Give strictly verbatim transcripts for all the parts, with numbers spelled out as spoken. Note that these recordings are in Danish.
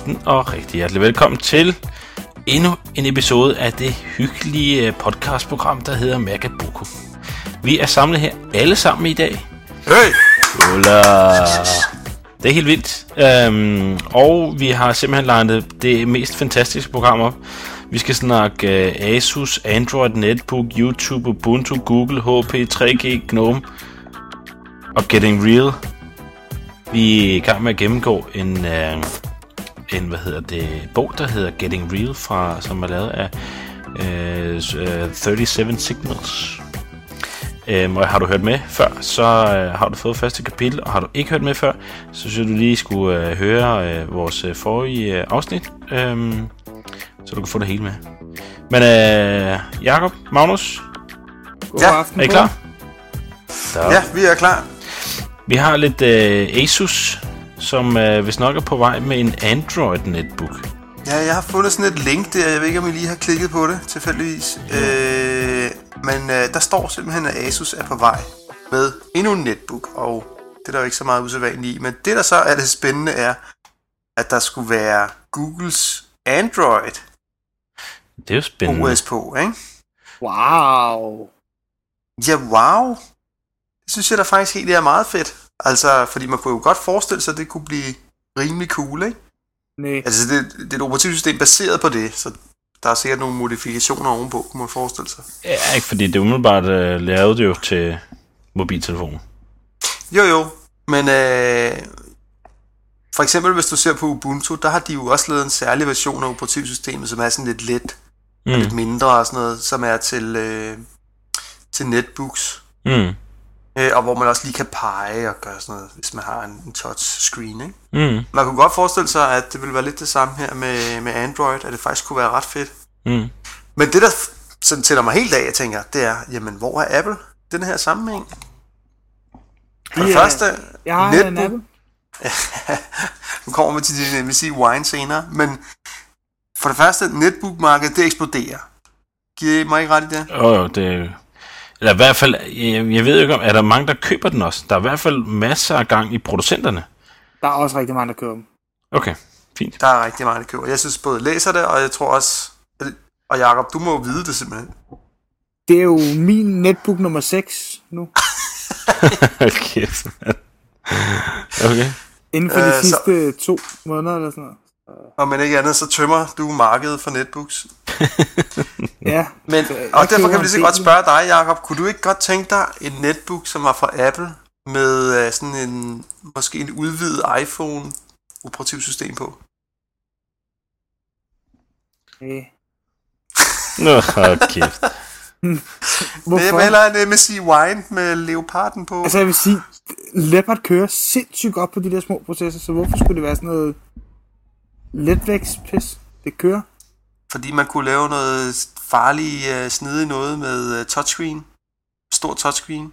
aften og rigtig hjertelig velkommen til endnu en episode af det hyggelige podcastprogram, der hedder Magaboku. Vi er samlet her alle sammen i dag. Hey! Hola! Det er helt vildt. Øhm, og vi har simpelthen legnet det mest fantastiske program op. Vi skal snakke uh, Asus, Android, Netbook, YouTube, Ubuntu, Google, H P, tre G, Gnome og Getting Real. Vi er i gang med at gennemgå en, uh, en hvad hedder det, bog, der hedder Getting Real, fra, som er lavet af uh, thirty-seven Signals. Um, og har du hørt med før, så uh, har du fået første kapitel, og har du ikke hørt med før, så synes jeg, du lige skulle uh, høre uh, vores uh, forrige uh, afsnit, um, så du kan få det hele med. Men uh, Jakob, Magnus, god ja. aften. Er I klar? Så. Ja, vi er klar. Vi har lidt uh, Asus, som uh, vist nok er på vej med en Android netbook. Ja, jeg har fundet sådan et link der. Jeg ved ikke, om I lige har klikket på det, tilfældigvis. Mm. Øh, men øh, der står simpelthen, at Asus er på vej med endnu en netbook. Og det er der jo ikke så meget usædvanligt i. Men det, der så er det spændende, er, at der skulle være Googles Android. Det er jo spændende. O S på, ikke? Wow. Ja, wow. Det synes jeg da faktisk helt er meget fedt. Altså, fordi man kunne jo godt forestille sig, at det kunne blive rimelig cool, ikke? Nej. Altså, det, det er et operativsystem baseret på det, så der er sikkert nogle modifikationer ovenpå, kunne man forestille sig. Ja, ikke fordi det umiddelbart uh, lavede det jo til mobiltelefonen. Jo, jo. Men øh, for eksempel, hvis du ser på Ubuntu, der har de jo også lavet en særlig version af operativsystemet, som er sådan lidt let, mm. og lidt mindre og sådan noget, som er til, øh, til netbooks. Mm. Øh, og hvor man også lige kan pege og gøre sådan noget, hvis man har en, en touchscreen, ikke? Mm. Man kunne godt forestille sig, at det ville være lidt det samme her med, med Android, at det faktisk kunne være ret fedt. Mm. Men det, der sådan tænder mig helt af, jeg tænker, det er, jamen, hvor er Apple den her sammenhæng? For det yeah. første, jeg har netbook. En Apple. Nu kommer vi til din M S I Wine senere, men for det første, netbook-markedet, det eksploderer. Giver I mig ikke ret i det? Åh, oh, det eller i hvert fald, jeg, jeg ved ikke om, er der mange, der køber den også? Der er i hvert fald masser af gang i producenterne. Der er også rigtig mange, der køber dem. Okay, fint. Der er rigtig mange, der køber. Jeg synes både læser det, og jeg tror også, og Jakob, du må jo vide det simpelthen. Det er jo min netbook nummer seks nu. Okay. Okay. Inden for de øh, sidste så... to måneder eller sådan noget. Og men ikke andet, så tømmer du markedet for netbooks. Ja. Men, og derfor kan vi lige så godt spørge dig, Jakob. Kunne du ikke godt tænke dig en netbook, som var fra Apple, med uh, sådan en, måske en udvidet iPhone operativsystem på? Nej. Nå, kæft. Hvorfor? Jeg vil hellere en M S I Wine med leoparden på. Altså jeg vil sige, Leopard kører sindssygt godt på de der små processer, så hvorfor skulle det være sådan noget letvægtspis? Det kører. Fordi man kunne lave noget farligt uh, snedigt noget med uh, touchscreen. Stor touchscreen.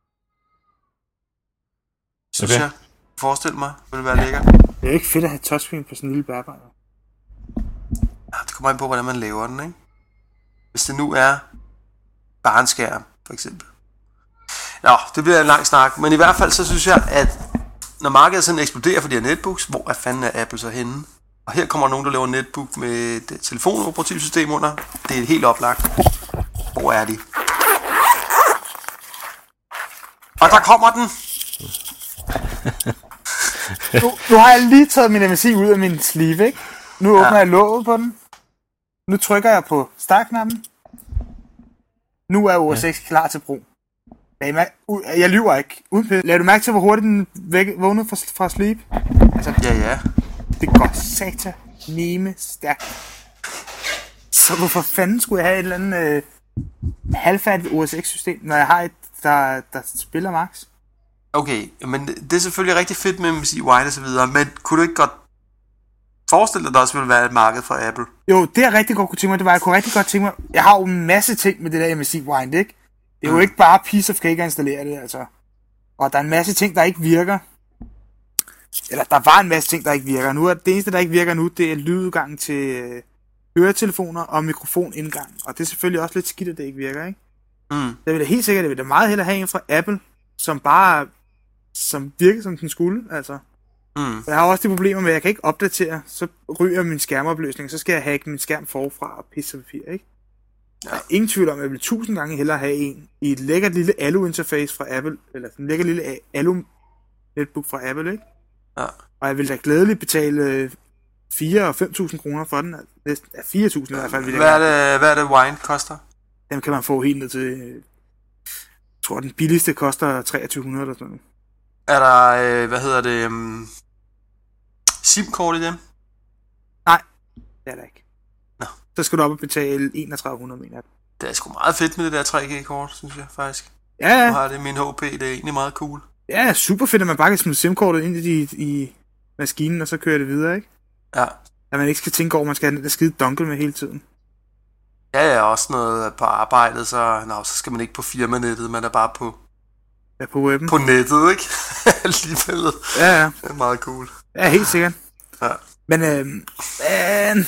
Synes okay. jeg. Forestil mig, det ville være lækkert. Det er ikke fedt at have touchscreen på sådan en lille bærbar. Ja, det kommer ind på, hvordan man laver den, ikke? Hvis det nu er bare en skærm, for eksempel. Nå, det bliver en lang snak. Men i hvert fald, så synes jeg, at når markedet sådan eksploderer for de her netbooks, hvor er fanden er Apple så henne? Og her kommer nogen, der laver netbook med et telefonoperativsystem under. Det er helt oplagt. Hvor er de? Og der kommer den! nu, nu har jeg lige taget min M S I ud af min sleeve, ikke? Nu åbner ja. jeg låget på den. Nu trykker jeg på startknappen. Nu er O S X ja. klar til brug. Jeg lyver ikke. Lad du mærke til, hvor hurtigt den vågnede fra, fra sleep? Altså, ja, ja. Det går satan neme stærkt. Så hvorfor fanden skulle jeg have et eller andet øh, halvfærdigt O S X-system, når jeg har et, der, der spiller max? Okay, men det er selvfølgelig rigtig fedt med M S I Wine og så videre, men kunne du ikke godt forestille dig, at der også ville være et marked for Apple? Jo, det jeg rigtig godt kunne tænke mig, det var, jeg kunne rigtig godt tænke mig, jeg har jo en masse ting med det der M S I Wine, ikke? Det er jo mm. ikke bare piece of cake at installere det, altså. Og der er en masse ting, der ikke virker. Eller der var en masse ting, der ikke virker. Nu er det eneste, der ikke virker nu, det er lydudgangen til øh, høretelefoner og mikrofonindgang. Og det er selvfølgelig også lidt skidt, at det ikke virker, ikke? Mm. Det vil da helt sikkert, det vil da meget hellere have en fra Apple, som bare som virker, som den skulle, altså. Mm. Jeg har også de problemer med, at jeg kan ikke opdatere, så ryger min skærmopløsning, så skal jeg hacke min skærm forfra og pisse papir, ikke? Ja. Der er ingen tvivl om, at jeg vil tusind gange hellere have en i et lækkert lille alu-interface fra Apple, eller en lækkert lille alu-netbook fra Apple, ikke? Ja. Og jeg vil da glædeligt betale fire og fem tusind kroner for den, næsten ja, fire tusind i hvert fald. Vil jeg hvad, er det, hvad er det wine koster? Dem kan man få helt ned til, jeg tror den billigste koster treogtyve hundrede eller sådan noget. Er der, øh, hvad hedder det, um, SIM-kort i dem? Nej, det er der ikke. Nå. Så skal du op og betale enogtredive hundrede, mener jeg. Det er sgu meget fedt med det der tre G-kort, synes jeg faktisk. Ja, ja. Nu har det min H P, det er egentlig meget cool. Ja, super fedt, at man bare kan smide SIM-kortet ind i, i maskinen, og så kører det videre, ikke? Ja. At man ikke skal tænke over, at man skal have den der skide dongle med hele tiden. Ja, ja, også noget på arbejdet, så, nå, så skal man ikke på firmanettet, man er bare på, ja, på webben. På nettet, ikke? Alligevel. Ja, ja. Det er meget cool. Ja, helt sikkert. Ja. Men, øh, øh,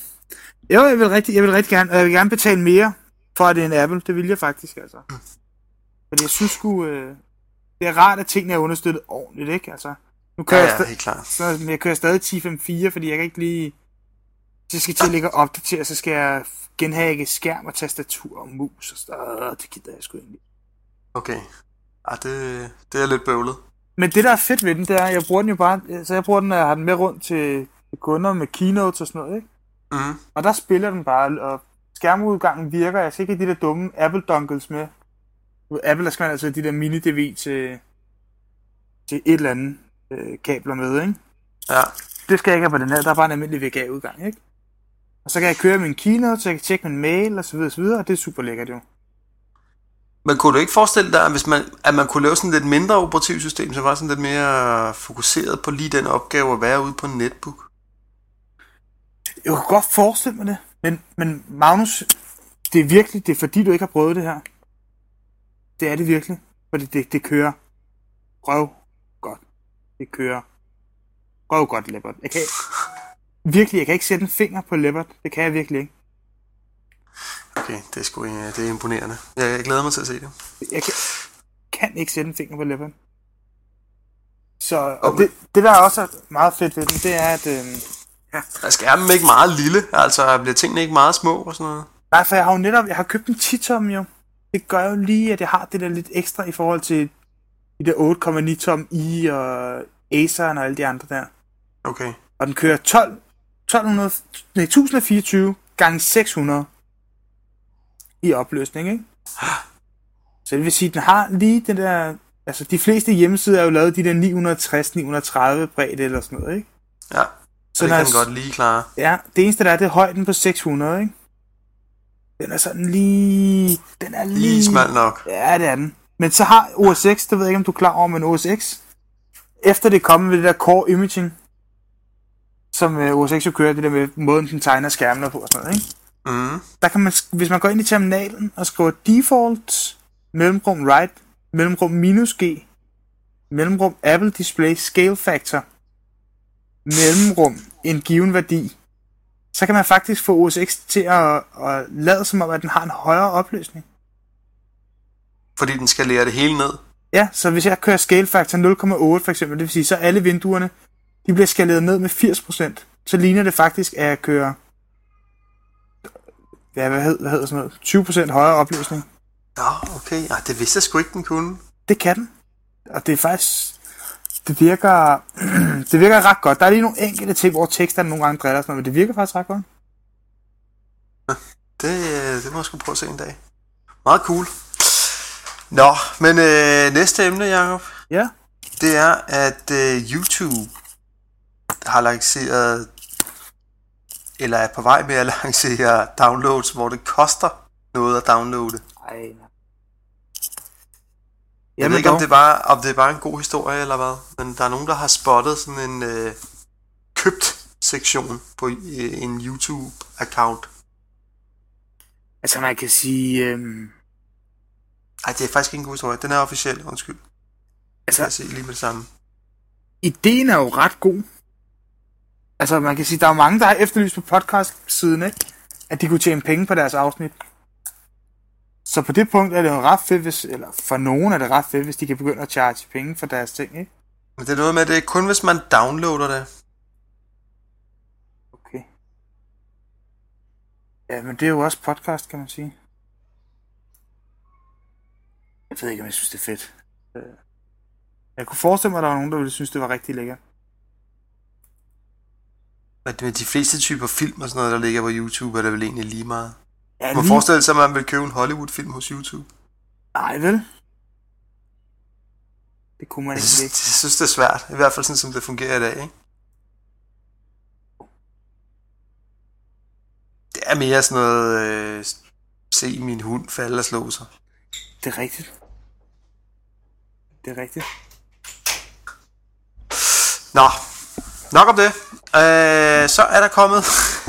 jo, jeg vil, rigtig, jeg vil rigtig gerne, jeg vil gerne betale mere for, at det er en Apple. Det vil jeg faktisk, altså. Mm. Fordi jeg synes sgu, øh, det er rart, at tingene er understøttet ordentligt, ikke? Altså, nu kører ja, jeg, ja, sta- helt klart. Så, jeg kører stadig ti fem fire, fordi jeg kan ikke lige... Hvis jeg skal til at ligge og opdatere, så skal jeg genhække skærm og tastatur og mus og sådan. Det gider jeg sgu egentlig. Okay. Ah, det, det er lidt bøvlet. Men det, der er fedt ved den, det er, at jeg bruger den jo bare... Så jeg bruger den, at jeg har den med rundt til kunder med keynotes og sådan noget, ikke? Mm. Og der spiller den bare, og skærmudgangen virker. Jeg ser ikke de der dumme Apple-dongles med. Apple, der skal man altså de der mini-D V til, til et eller andet øh, kabler med, ikke? Ja. Det skal jeg ikke have på den her. Der er bare en almindelig V G A-udgang, ikke? Og så kan jeg køre min keynote, så jeg kan tjekke min mail og så videre og så videre, og det er super lækkert jo. Men kunne du ikke forestille dig, at, hvis man, at man kunne lave sådan et lidt mindre operativsystem, som var sådan lidt mere fokuseret på lige den opgave at være ude på en netbook? Jeg kan godt forestille mig det, men, men Magnus, det er virkelig, det er fordi du ikke har prøvet det her. Det er det virkelig, fordi det, det kører røv godt. Det kører røv godt, Leopard. Jeg kan virkelig, jeg kan ikke sætte en finger på Leopard. Det kan jeg virkelig ikke. Okay, det er sgu det er imponerende. Jeg, jeg glæder mig til at se det. Jeg kan, kan ikke sætte en finger på Leopard. Så og okay. det, det, der er også meget fedt ved den, det er, at... Øh, ja. Er skærmen ikke meget lille? Altså, bliver tingene ikke meget små og sådan noget? Nej, for jeg har jo netop... Jeg har købt en ti tom jo. Det gør jo lige, at jeg har det der lidt ekstra i forhold til de der otte komma ni tom i og Acer'en og alle de andre der. Okay. Og den kører tolv, tolv tusind og fireogtyve gange seks hundrede i opløsning, ikke? Så det vil sige, at den har lige den der... Altså, de fleste hjemmesider er jo lavet de der ni tres til ni tredive bredde eller sådan noget, ikke? Ja, så det kan den godt lige klare. Ja, det eneste der er, det er højden på seks hundrede, ikke? Den er sådan lige... Den er lige... Lige smal nok. Ja, det er den. Men så har O S X, det ved jeg ikke, om du er klar over, men O S X, efter det er kommet med det der core imaging, som uh, O S X jo kører, det der med måden, den tegner skærmene på og sådan noget, ikke? Mm. Der kan man, hvis man går ind i terminalen og skriver default, mellemrum right, mellemrum minus G, mellemrum Apple Display Scale Factor, mellemrum en given værdi, så kan man faktisk få O S X til at, at lade som om, at den har en højere opløsning. Fordi den skal lære det hele ned? Ja, så hvis jeg kører Scale Factor nul komma otte for eksempel, det vil sige, så alle vinduerne, de bliver skaleret ned med firs procent. Så ligner det faktisk, at jeg kører ja, hvad hedder, hvad hedder sådan noget? tyve procent højere opløsning. Ja, okay. Ja, det vidste jeg sgu ikke, den kunne. Det kan den. Og det er faktisk... Det virker... det virker ret godt. Der er lige nogle enkelte ting, hvor teksterne nogle gange driller sådan noget, men det virker faktisk ret godt. Ja, det, det må jeg sgu prøve at se en dag. Meget cool. Nå, men øh, næste emne, Jacob. Ja. Det er, at øh, YouTube har lanceret, eller er på vej med at lancere downloads, hvor det koster noget at downloade. Ej. Jeg ved ikke, om det, bare, om det er bare en god historie eller hvad, men der er nogen, der har spottet sådan en øh, købt sektion på øh, en YouTube-account. Altså, man kan sige... Øhm... Ej, det er faktisk ikke en god historie. Den er officiel, undskyld. Altså, jeg kan se lige med det samme. Ideen er jo ret god. Altså, man kan sige, der er jo mange, der har efterlyst på podcast-siden, ikke? At de kunne tjene penge på deres afsnit. Så på det punkt er det jo ret fedt, hvis, eller for nogen er det ret fedt, hvis de kan begynde at charge penge for deres ting, ikke? Men det er noget med, det er kun hvis man downloader det. Okay. Ja, men det er jo også podcast, kan man sige. Jeg ved ikke, om jeg synes, det er fedt. Jeg kunne forestille mig, at der var nogen, der ville synes, det var rigtig lækkert. Men med de fleste typer film og sådan noget, der ligger på YouTube, er det vel egentlig lige meget. Ja, Man må lige... forestille sig, at man vil købe en Hollywood-film hos YouTube. Nej, vel? Det kunne man Jeg ikke. synes, jeg synes, det er svært. I hvert fald sådan, som det fungerer i dag, ikke? Det er mere sådan noget... Øh, se min hund falde og slå sig. Det er rigtigt. Det er rigtigt. Nå, nok om det. Øh, så er der kommet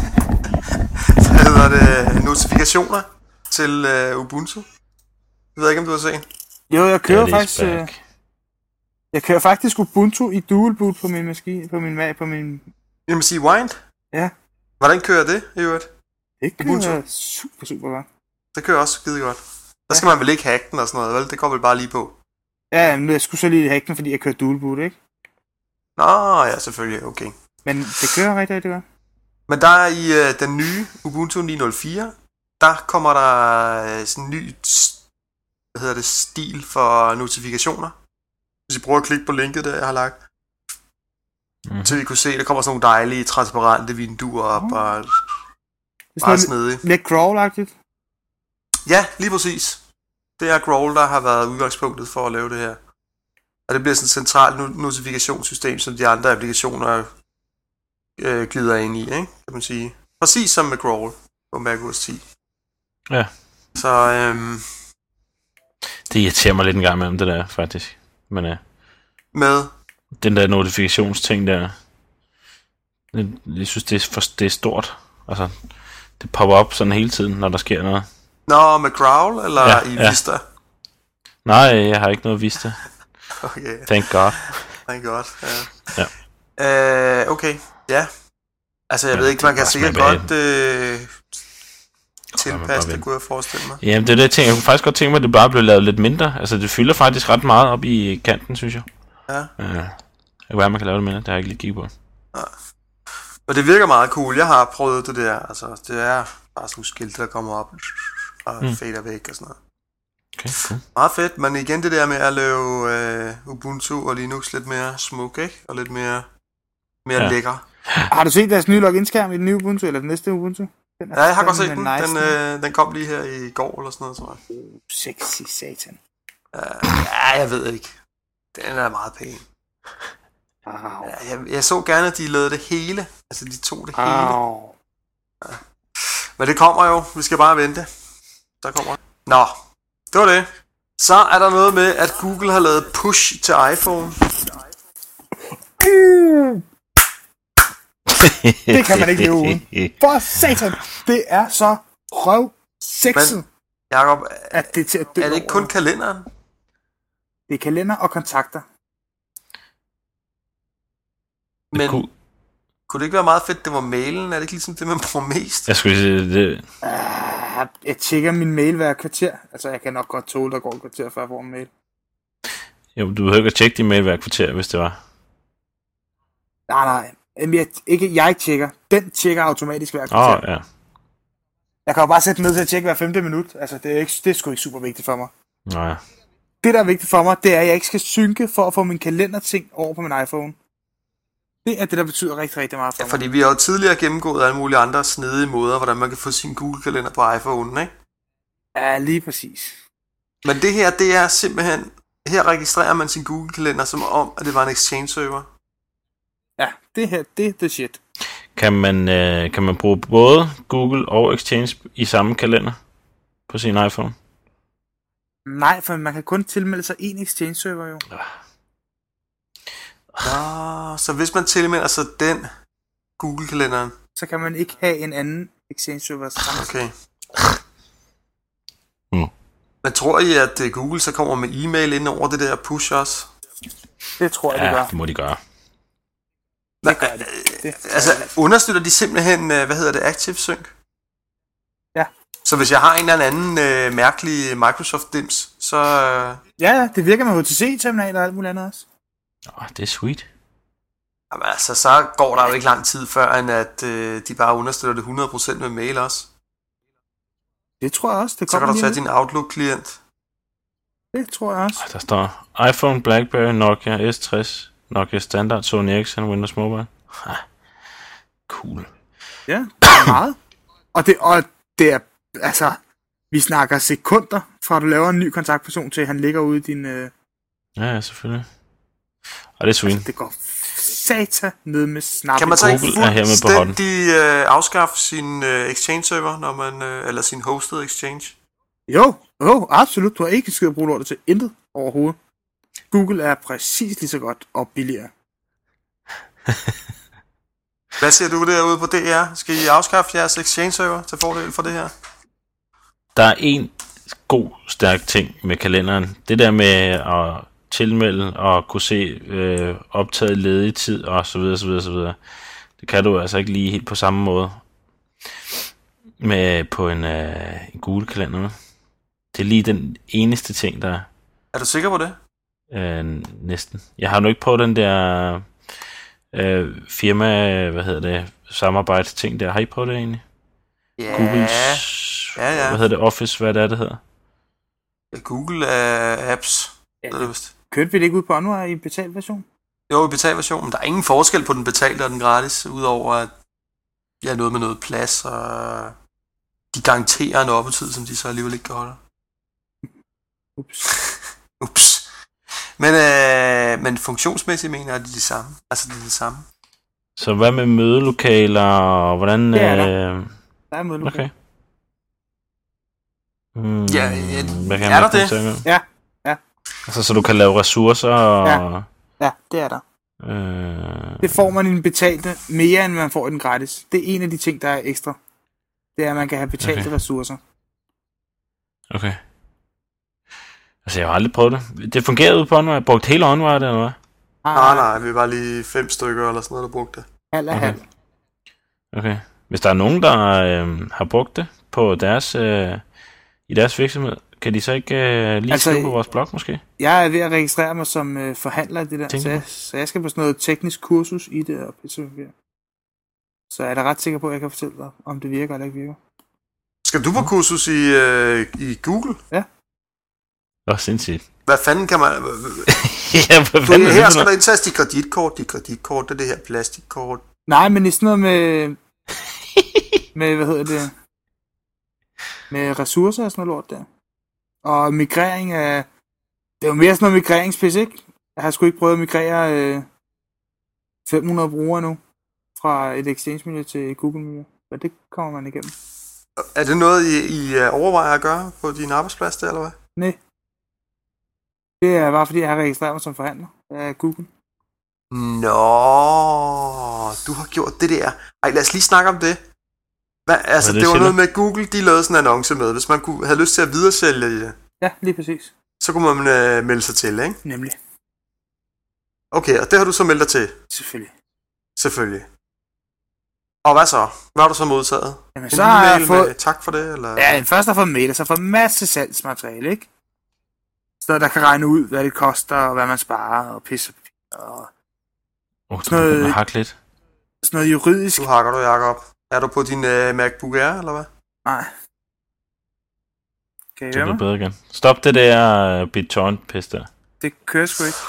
hvad hedder det, notifikationer til øh, Ubuntu. Jeg ved ikke, om du har set. Jo, jeg kører That is faktisk... Øh, back. jeg kører faktisk Ubuntu i dual boot på min maskine, på min Mac, på min... Jeg må sige Wind. Ja. Hvordan kører det i øvrigt? Det Ubuntu. kører super, super godt. Det kører også skide godt. Der skal man vel ikke hacke den og sådan noget, vel? Det går vel bare lige på. Ja, men jeg skulle så lige hacke den, fordi jeg kører dual boot, ikke? Nå, ja, selvfølgelig, okay. Men det kører rigtig, rigtig godt. Men der er i øh, den nye Ubuntu ni nul fire, der kommer der øh, sådan en ny hvad hedder det, stil for notifikationer. Hvis I prøver at klikke på linket, der jeg har lagt, Mm-hmm. så vi kunne se, der kommer sådan nogle dejlige, transparente vinduer op, Mm. og Det er meget sådan snedige. lidt, lidt crawl-agtigt. Ja, lige præcis. Det er Growl, der har været udgangspunktet for at lave det her. Og det bliver sådan et centralt notifikationssystem, som de andre applikationer øh, glider ind i, ikke? Kan man sige. Præcis som med Growl på macOS ti. Ja. Så øhm, Det irriterer mig lidt en gang imellem, det der, faktisk. Men ja, med... den der notifikationsting der, det, jeg synes, det er, for, det er stort. Altså, det popper op sådan hele tiden, når der sker noget. Nå, med Growl, eller Ja, i ja. Vista? Nej, jeg har ikke noget vist det. Okay, Thank God. thank God. Ja. Ja. Øh, okay, ja. Altså, jeg Men ved ikke, det er man kan bare sikkert smag godt øh, tilpasse bare det, vente. kunne jeg forestille mig. Jamen, det er det, jeg tænker. Jeg kunne faktisk godt tænke mig, at det bare blev lavet lidt mindre. Altså, det fylder faktisk ret meget op i kanten, synes jeg. Ja. Uh, jeg kan være, man kan lave det mindre. Det har jeg ikke lige kigget på. Og det virker meget cool. Jeg har prøvet det der. Altså, det er bare sådan nogle skilte, der kommer op og Mm. fader væk og sådan noget. Okay, cool. Meget fedt, men igen det der med at lave øh, Ubuntu og Linux lidt mere smuk, ikke? Og lidt mere, mere Ja. ja. lækker. Har du set deres nye login-skærm i den nye Ubuntu, eller den næste Ubuntu? Den er Ja, jeg har godt set fandme den. nice, Den, øh, den kom lige her i går eller sådan noget, tror jeg. Sexy satan. Uh, ja, jeg ved ikke. Den er meget pæn. Au. Ja, jeg, jeg så gerne, at de lavede det hele. Altså, de tog det hele. Au. Men det kommer jo. Vi skal bare vente. Så kommer det. Nå, det var det. Så er der noget med, at Google har lavet push til iPhone. Det kan man ikke leve uden. For satan, det er så røv sexet, Men, Jacob, at det er til at dø er det ikke kun over. kalenderen? Det er kalender og kontakter. Men Cool. kunne det ikke være meget fedt, det var mailen? Er det ikke ligesom det, man bruger mest? Jeg skulle sige, det, Uh, jeg tjekker min mail hver kvarter. Altså, jeg kan nok godt tåle, der går et kvarter, før jeg får en mail. jo, du behøver ikke at tjekke din mail hver kvarter, hvis det var. Nej, nej. Jamen, Jeg, ikke, jeg tjekker. Den tjekker automatisk hver Åh, kvarter. oh, ja. Jeg kan jo bare sætte den ned til at tjekke hver femte minut. Altså, det er, ikke, det er sgu ikke super vigtigt for mig. Nej. Det, der er vigtigt for mig, det er, at jeg ikke skal synke for at få min kalenderting over på min iPhone. Det er det, der betyder rigtig, rigtig meget for Ja, mig. fordi vi har jo tidligere gennemgået alle mulige andre snedige måder, hvordan man kan få sin Google-kalender på iPhone'en, ikke? Ja, lige præcis. Men det her, det er simpelthen... Her registrerer man sin Google-kalender som om, at det var en Exchange-server. Ja, det her, det er the shit. Kan man, øh, kan man bruge både Google og Exchange i samme kalender på sin iPhone? Nej, for man kan kun tilmelde sig en Exchange-server jo. Nå, så hvis man tilmelder sig den Google-kalenderen... Så kan man ikke have en anden Exchange-server samtidig. Okay. Mm. Men tror I, at øh, Google så kommer med e-mail ind over det der push også? Det tror jeg, det Ja, gør. det må de gøre. Det gør det. det. Altså, understøtter de simpelthen, øh, hvad hedder det, ActiveSync? Ja. Så hvis jeg har en eller anden øh, mærkelig Microsoft-dims, så... Øh, Ja, det virker med H T C-terminaler og alt muligt andet også. Åh, det er sweet. Jamen altså, så går der jo ikke lang tid før, end at øh, de bare understøtter det hundrede procent med mail også. Det tror jeg også. Det Så kan kommer du tage lige din Outlook-klient. nu. Det tror jeg også. Der står iPhone, BlackBerry, Nokia S tres, Nokia Standard, Sony Ericsson, Windows Mobile. Ah, cool. Ja, det er meget. Og det, og det er, altså, vi snakker sekunder, fra du laver en ny kontaktperson til, han ligger ude i din... Øh, Ja, ja, selvfølgelig. Og det er sweet. altså, det går sata ned med snap. Kan man så ikke Google er her med på hånden. fuldstændig øh, afskaffe sin øh, Exchange-server, når man, øh, eller sin hosted Exchange? Jo, jo, absolut. Du har ikke skid at bruge lortet til intet overhovedet. Google er præcis lige så godt og billigere. Hvad siger du derude på D R? Skal I afskaffe jeres Exchange-server til fordel for det her? Der er en god, stærk ting med kalenderen. Det der med at tilmelde og kunne se øh, optaget ledig tid og så videre, så videre, så videre. Det kan du altså ikke lige helt på samme måde med på en, øh, en Google-kalender. Det er lige den eneste ting, der Er du sikker på det? øh, næsten. Jeg har nu ikke prøvet den der øh, firma, hvad hedder det, samarbejdsting der. Har I prøvet det egentlig? Ja. Googles, Ja, ja. hvad hedder det, Office, hvad det er, det hedder? Google uh, Apps. Ja. Ja. Det vist. Kørte vi det ikke ud på Anwar i betalt version? Jo, i betalversionen. Der er ingen forskel på den betalte og den gratis, udover at jeg er noget med noget plads, og de garanterer en oppetid, som de så alligevel ikke kan holde. Ups. Ups. Men, øh, men funktionsmæssigt mener jeg, at det er det samme. Altså, det er det samme. Så hvad med mødelokaler, og hvordan... Det er der. Øh, Der er mødelokal. okay. Hmm, Ja, ja, hvad kan er man der det? sige med? Ja, ja. Altså, så du kan lave ressourcer og... Ja. Ja, det er der. Øh, Det får man i den betalte mere, end man får i den gratis. Det er en af de ting, der er ekstra. Det er, at man kan have betalte Okay. ressourcer. okay. Altså, jeg har aldrig prøvet det. Det fungerede ude på Onward. Jeg brugte hele Onward, eller hvad? Nej, nej, vi var lige fem stykker eller sådan noget, der brugte det. Halv af Okay. halv. Okay. Hvis der er nogen, der øh, har brugt det på deres, øh, i deres virksomhed, kan de så ikke øh, lige Altså, skrive på vores blog, måske? Jeg er ved at registrere mig som øh, forhandler i det der, Tænker så du? jeg, så jeg skal på sådan noget teknisk kursus i det og pisse. Så er jeg da ret sikker på, at jeg kan fortælle dig, om det virker eller ikke virker. Skal du på kursus i, øh, i Google? Åh, sindssygt. Hvad fanden kan man... Ja, hvad Du, fanden er det her for skal noget? der indtages dit kreditkort, dit kreditkort, det er det her plastikkort. Nej, men det er sådan noget med... med, hvad hedder det? Med ressourcer og sådan noget lort der. Og migrering af... Det er jo mere sådan noget migreringspis, ikke? Jeg har sgu ikke prøvet at migrere øh, fem hundrede brugere nu. Fra et Exchange-miljø til Google-miljø. Men det kommer man igennem. Er det noget, I, I øh, overvejer at gøre på din arbejdsplads der, eller hvad? Nej. Det er bare fordi, jeg har registreret mig som forhandler af Google. Nå, du har gjort det der. Ej, lad os lige snakke om det. Hvad, altså, Hvad er det, det var siger noget du? med Google, de lavede sådan en annonce med. Hvis man kunne, havde lyst til at videresælge det, Ja, lige præcis. så kunne man øh, melde sig til, ikke? Nemlig. Okay, og det har du så meldt dig til, Selvfølgelig. selvfølgelig. Og hvad så? Hvad har du så modtaget? Jamen, En så har jeg e-mail fået... med tak for det, eller? Ja, først har jeg fået mail, og så har jeg fået en masse salgsmateriale, ikke? Så der kan regne ud, hvad det koster, og hvad man sparer, og pisse og Åh, oh, du Sådan noget- begynder at hakke lidt. sådan noget juridisk. Du hakker du, Jacob. Er du på din øh, MacBook Air, eller hvad? Nej. Kan I Det høre bliver mig? bedre igen. Stop det der uh, BitTorrent-pis der. Det kører sgu ikke.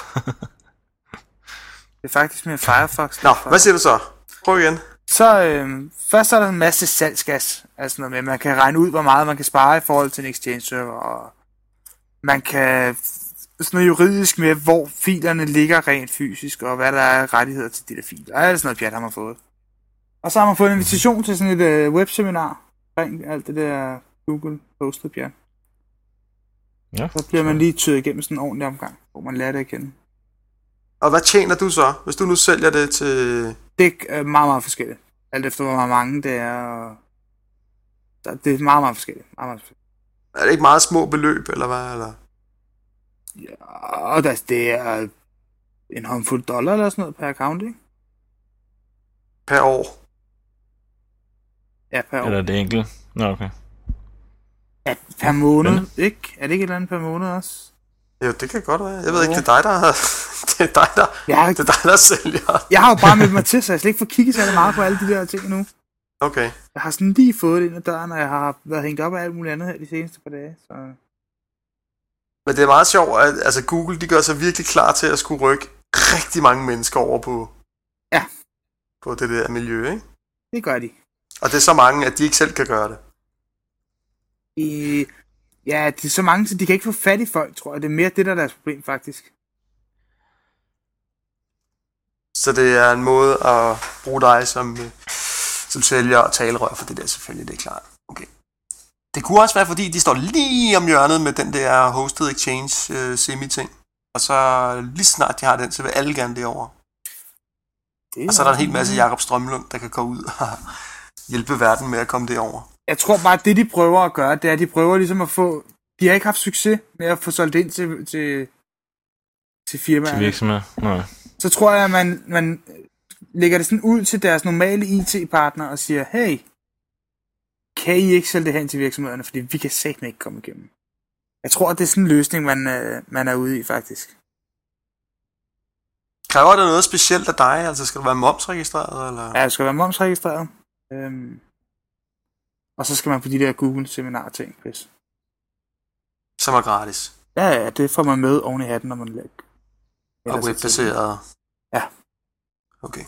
Det er faktisk min Firefox. Nå, derfor. hvad siger du så? Prøv igen. Så øh, først er der en masse salgsgas. Altså noget med, at man kan regne ud, hvor meget man kan spare i forhold til en Exchange-server. Og man kan sådan noget juridisk med, hvor filerne ligger rent fysisk, og hvad der er rettigheder til de der filer. Og alt sådan noget pjat har man fået. Og så har man fået en invitation til sådan et øh, webseminar omkring alt det der Google postet pjat. Ja. Så bliver man lige tyret igennem sådan en ordentlig omgang, hvor man lærer det at kende. Og hvad tjener du så, hvis du nu sælger det til... Det er meget, meget forskelligt. Alt efter, hvor mange det er. Og der- det er meget, meget forskelligt. Meget, meget forskelligt. Er det ikke meget små beløb, eller hvad? Eller? Ja, og der, det er en håndfuld dollar eller sådan noget per account, ikke? Per år? Ja, per år. Eller er det enkelt? Nå, okay. Ja, per måned, Men- ikke? Er det ikke et eller andet per måned også? Jo, det kan godt være. Jeg ved Jo. ikke, det er dig, der har Det er dig, der, Jeg har, det er dig, der sælger. jeg har jo bare meldt mig til, så jeg slet ikke får kigget så meget på alle de der ting nu. Okay. Jeg har sådan lige fået det ind ad døren, og jeg har været hængt op af alt muligt andet her de seneste par dage. Så. Men det er meget sjovt, at altså Google, de gør sig virkelig klar til at skulle rykke rigtig mange mennesker over på, ja. på det der miljø, ikke? Det gør de. Og det er så mange, at de ikke selv kan gøre det. I, ja, det er så mange, så de kan ikke få fat i folk, tror jeg. Det er mere det, der er deres problem, faktisk. Så det er en måde at bruge dig som, som sælger og talerør for det der selvfølgelig, det er klart. Okay. Det kunne også være, fordi de står lige om hjørnet med den der hosted exchange øh, semi-ting. Og så lige snart de har den, så vil alle gerne derovre. Det og så er der en hel masse Jakob Strømlund, der kan gå ud og hjælpe verden med at komme derover. Jeg tror bare, at det de prøver at gøre, det er, at de prøver ligesom at få... De har ikke haft succes med at få solgt ind til, til, til firmaerne. Til virksomheder? Nej. Så tror jeg, at man, man lægger det sådan ud til deres normale I T-partner og siger, hey, kan I ikke sælge det hen til virksomhederne, fordi vi kan satme ikke komme igennem. Jeg tror, at det er sådan en løsning, man, øh, man er ude i, faktisk. Kræver det noget specielt af dig? Altså skal du være momsregistreret? Eller? Ja, det skal være momsregistreret. Øhm, og så skal man på de der Google-seminar-ting, Chris. Som er gratis? Ja, ja, det får man med oven i hatten, når man lægger. Og webbaseret? Ja. Okay.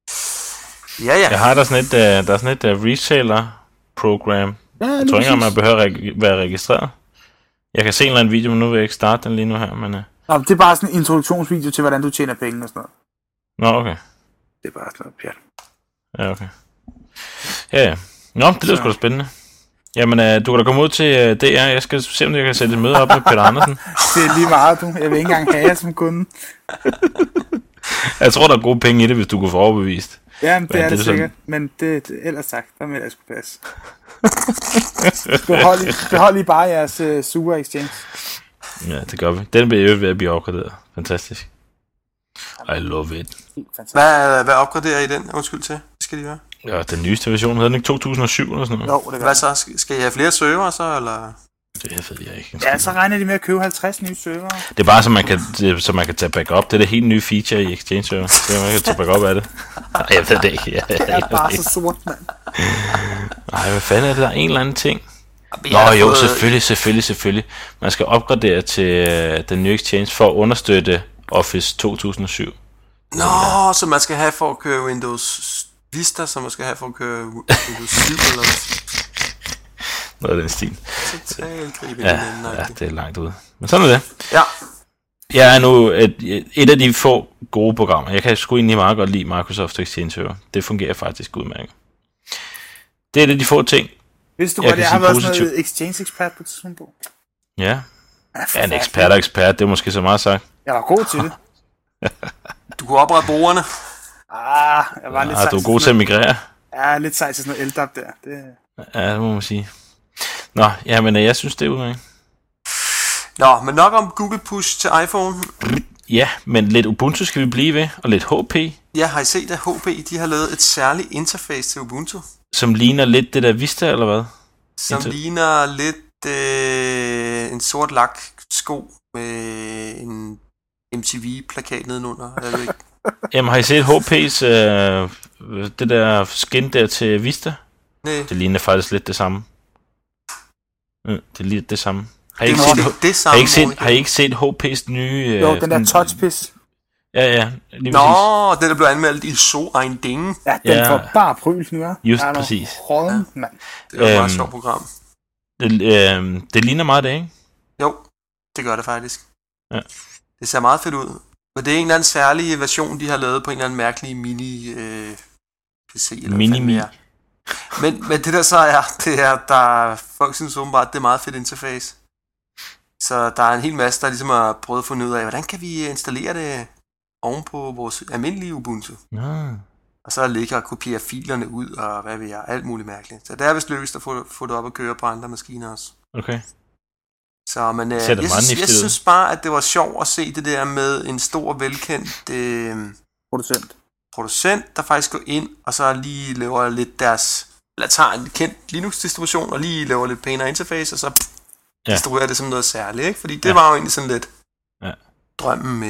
Ja, ja. Jeg har der sådan et, uh, der er sådan et uh, reseller-program. Ja, jeg tror ikke engang, man behøver at reg- være registreret. Jeg kan se en eller anden video, men nu vil jeg ikke starte den lige nu her. Men, uh... Nå, det er bare sådan en introduktionsvideo til, hvordan du tjener penge og sådan noget. Nå, okay. Det er bare sådan noget pjat. Ja, okay. Ja, ja. Nå, det lyder sgu da spændende. Jamen, uh, du kan da komme ud til uh, D R. Jeg skal se, om jeg kan sætte et møde op med Peter Andersen. Det er lige meget, du. Jeg vil ikke engang have jer som kunde. Jeg tror, der er gode penge i det, hvis du kunne få overbevist. Ja, det men er det, det sikkert. Sådan... Men det, det ellers sagt, der vil jeg sgu passe. behold, I, behold I bare jeres uh, Super Exchange. Ja, det gør vi. Den bliver jo ved at blive opgraderet. Fantastisk. I love it. Hvad, hvad opgraderer I den? Undskyld til. Hvad skal de gøre? Ja, den nyeste version hedder den ikke to tusind og syv eller sådan noget? Jo, det gør. Hvad så? Skal I have flere server så, eller? Det ved jeg ikke. Ja, så regner de med at købe halvtreds nye server. Det er bare, så man kan, det, så man kan tage backup. Det er det helt nye feature i Exchange server. Så man kan tage backup af det. Nej, jeg ved det ikke. Jeg, jeg, det er bare så sort, mand. Nej, hvad fanden er det? Der er en eller anden ting. Nå jo, fået... selvfølgelig, selvfølgelig, selvfølgelig. Man skal opgradere til uh, den nye Exchange for at understøtte Office to tusind og syv. Nå, så, så man skal have for at køre Windows Vista, som man skal have for at køre Windows syv eller noget af den stil. Totalt gribende. Ja, ja, det er langt ude. Men sådan er det. Ja. Jeg er nu et, et af de få gode programmer. Jeg kan sgu egentlig meget godt lide Microsoft Exchange Server. Det fungerer faktisk udmærket. Det er det de få ting. Hvis du godt, jeg, jeg har været sådan noget Exchange ekspert på tidspunkt på. Ja. Ja, en ekspert og ekspert, det er måske så meget sagt. Jeg var god til det. Du kunne oprette brugerne. Ah, jeg var ja, lidt sej du er god til at migrere. Ja, lidt sej til sådan noget L D A P der. Det... Ja, det må man sige. Nå, ja, men jeg synes, det er udmærket. Nå, men nok om Google Push til iPhone. Ja, men lidt Ubuntu skal vi blive ved, og lidt H P. Ja, har I set, at H P de har lavet et særligt interface til Ubuntu? Som ligner lidt det der Vista, eller hvad? Som Inter- ligner lidt øh, en sort lak sko med en M T V-plakat nedenunder. Jeg ved ikke. Jamen, har I set H P's, øh, det der skin der til Vista? Nej. Det ligner faktisk lidt det samme. Mm, det er lidt det samme. Har I det ikke, set, set, det har I ikke, set, har I ikke set H P's nye... Øh, jo, den der touchpiss. Ja, ja, lige Nå, præcis. det der blev anmeldt i So ein Ding. Ja, den ja. får bare pryl nu, ja. Just præcis. Råden, ja. Det var et meget sjovt program. Det, øh, det ligner meget det, ikke? Jo, det gør det faktisk. Ja. Det ser meget fedt ud. Men det er en eller anden særlig version, de har lavet på en eller anden mærkelig mini øh, P C. Eller Mini-mi. Men, men det der så er, det er, der folk synes åbenbart, det er meget fedt interface. Så der er en hel masse, der ligesom har prøvet at finde ud af, hvordan kan vi installere det oven på vores almindelige Ubuntu. Ja. Og så ligger og kopiere filerne ud, og hvad ved jeg, alt muligt mærkeligt. Så det er vist løst at få, få det op at køre på andre maskiner også. Okay. Så, men øh, jeg, synes, jeg synes bare, at det var sjovt at se det der med en stor, velkendt øh, producent. producent, der faktisk går ind, og så lige laver lidt deres, eller tager en kendt Linux-distribution, og lige laver lidt pænere interface, og så ja. distribuerer det som noget særligt, ikke? Fordi det ja. var jo egentlig sådan lidt ja. drømmen med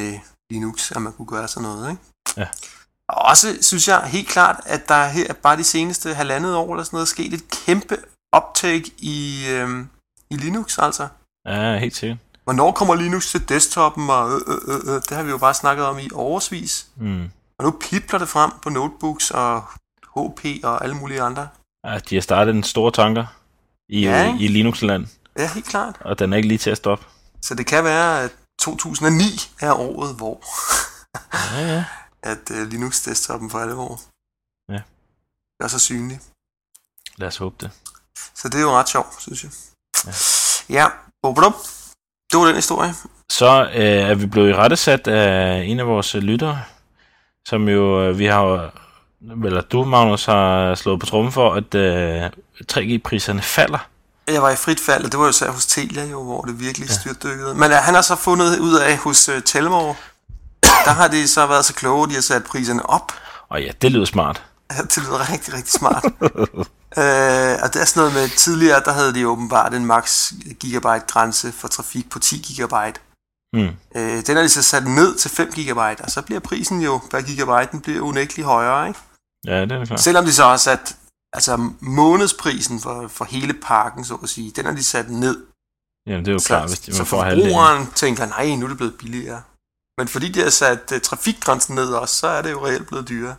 Linux, at man kunne gøre sådan noget, ikke? Ja. Og også synes jeg helt klart, at der her bare de seneste halvandet år eller sådan noget, sket et kæmpe uptake i, øhm, i Linux, altså. Ja, helt sikkert. Hvornår kommer Linux til desktoppen, og øh, øh, øh, det har vi jo bare snakket om i årevis. Mm. Og nu pipler det frem på notebooks og H P og alle mulige andre. Ja, de har startet en store tanker i, ja, i Linux-land. Ja, helt klart. Og den er ikke lige til at stoppe. Så det kan være, at to tusind og ni er året, hvor ja, ja. at uh, Linux-desktoppen for alle år ja. er så synlig. Lad os håbe det. Så det er jo ret sjovt, synes jeg. Ja. Ja, bobblum. Det var den historie. Så øh, er vi blevet irettesat af en af vores lyttere, som jo, øh, vi har, eller du, Magnus, har slået på trommen for, at øh, tre G-priserne falder. Jeg var i frit fald, og det var jo så hos Telia, jo, hvor det virkelig styrtdykkede. Men uh, han har så fundet ud af hos uh, Telmore, der har de så været så kloge, de har sat priserne op. Og ja, det lyder smart. Ja, det lyder rigtig, rigtig smart. øh, og det er sådan noget med, tidligere, der havde de åbenbart en max gigabyte grænse for trafik på ti gigabyte. Mm. Øh, den er de så sat ned til fem gigabyte, og så bliver prisen jo per gigabyte, den bliver unægteligt højere, ikke? Ja, det er klart. Selvom de så har sat, altså månedsprisen for, for hele parken, så at sige, den er de sat ned. Jamen, det er jo så, klart, hvis de, man så får halvdelen. Så forbrugeren tænker, nej, nu er det blevet billigere. Men fordi de har sat uh, trafikgrænsen ned også, så er det jo reelt blevet dyrere.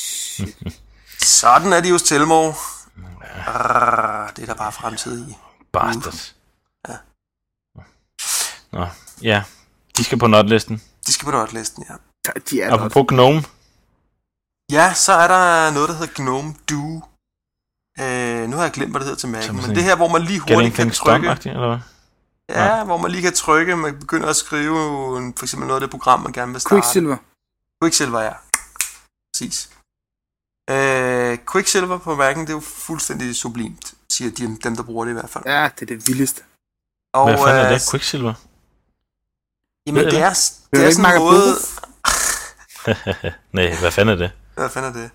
Sådan er de hos Telmore. Arrr, det er der bare fremtid i. Bastards. Ja. Nå, ja. De skal på notlisten. De skal på notlisten, ja. De er Apropos GNOME. Ja, så er der noget, der hedder GNOME Do. Øh, nu har jeg glemt, hvad det hedder til Mac'en, men det her, hvor man lige hurtigt kan trykke. Eller hvad? Ja, ja, hvor man lige kan trykke, man begynder at skrive for eksempel noget af det program, man gerne vil starte. Quicksilver. Quicksilver, ja. Præcis. Øh, Quicksilver på Mac'en, det er jo fuldstændig sublimt, siger de, dem, der bruger det i hvert fald. Ja, det er det vildeste. Og, hvad fanden er øh, det? Quicksilver? Jamen, det er, det det er sådan en måde... Nej, hvad fanden er det? Hvad fanden er det?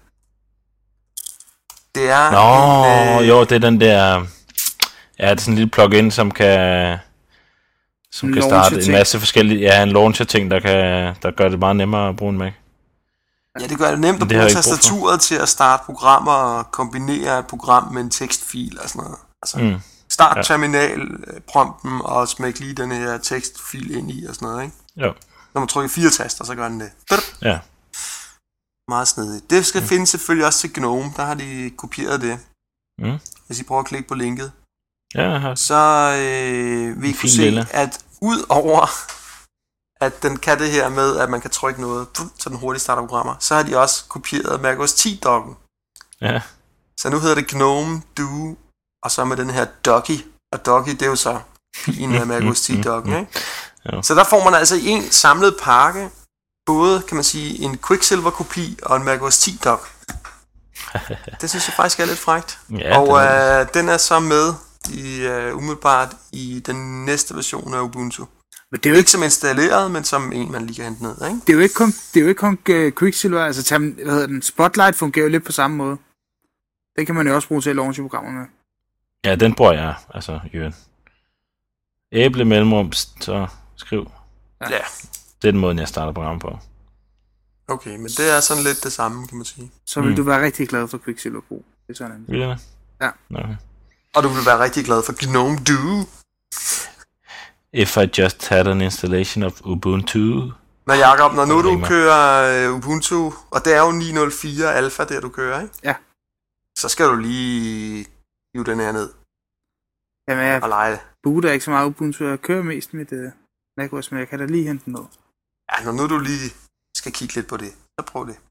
Det er Nå, en, øh... jo, det er den der... Ja, det er sådan en lille plugin, som kan... Som kan starte en masse forskellige... Ja, en launcher-ting, der, kan, der gør det meget nemmere at bruge en Mac. Ja, det gør det nemt at bruge tastaturet til at starte programmer og kombinere et program med en tekstfil og sådan noget. Altså, mm. start ja. terminalprompten og smæk lige den her tekstfil ind i og sådan noget, ikke? Jo. Når man trykker fire taster, så gør den det. Ja. Meget snedigt. Det skal mm. findes selvfølgelig også til GNOME. Der har de kopieret det. Mm. Hvis I prøver at klikke på linket. Ja, jeg har... Så øh, vil I kunne se, lille. at ud over at den kan det her med, at man kan trykke noget, så den hurtigt starter programmer, så har de også kopieret macOS ti-dokken. Ja. Så nu hedder det GNOME Do, og så med den her Docky. Og Docky, det er jo så en af macOS ti-dokken, ikke? Ja. Så der får man altså i en samlet pakke, både, kan man sige, en Quicksilver-kopi og en macOS ti-dok. Det synes jeg faktisk er lidt frækt. Ja, og den er, øh, den er så med i, uh, umiddelbart i den næste version af Ubuntu. Men det er jo ikke som installeret, men som en, man lige kan hente ned, ikke? Det er jo ikke kun, det er jo ikke kun uh, Quicksilver, altså term, hvad hedder den, Spotlight fungerer jo lidt på samme måde. Den kan man jo også bruge til at launche programmer med. Ja, den bruger jeg, altså, Jørgen. Æble mellemrum, så skriv. Ja. ja. Det er den måde, jeg starter programmet på. Okay, men det er sådan lidt det samme, kan man sige. Så vil mm. du være rigtig glad for Quicksilver Pro. Det er sådan. Vil jeg? Ja. Okay. Og du vil være rigtig glad for GNOME Do. If I just had an installation of Ubuntu. Men Jacob, når nu du kører Ubuntu, og det er jo ni nul fire alfa, der du kører, ikke? Ja. Så skal du lige hive den her ned. Jamen, jeg og lege det. booter ikke så meget Ubuntu, jeg kører mest med det macOS, men jeg kan da lige hente den ned. Ja, når nu du lige skal kigge lidt på det, så prøv det.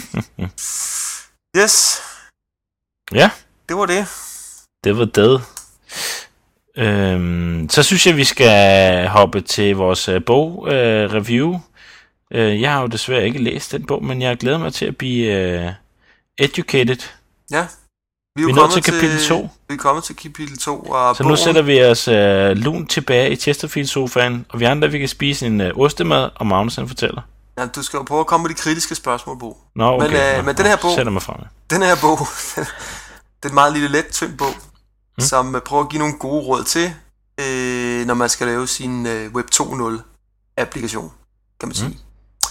Yes. Ja. Det var det. Det var det. Øhm, så synes jeg, vi skal hoppe til vores uh, bog-review. Uh, uh, jeg har jo desværre ikke læst den bog, men jeg glæder mig til at blive uh, educated. Ja. Vi er, vi er nået til kapitel to. Vi er kommet til kapitel to. Og så bogen... nu sætter vi os uh, lunt tilbage i Chesterfield-sofaen, og vi andre, vi kan spise en uh, ostemad, og Magnus han fortæller. Ja, du skal jo prøve at komme med de kritiske spørgsmål, Bo. Nå, okay. Men, øh, Nå, men den her bog... Sætter mig frem. Den her bog, det er en meget lille let, tynd bog, hmm. som uh, prøver at give nogle gode råd til, øh, når man skal lave sin uh, Web to punkt nul applikation, kan man sige. Hmm.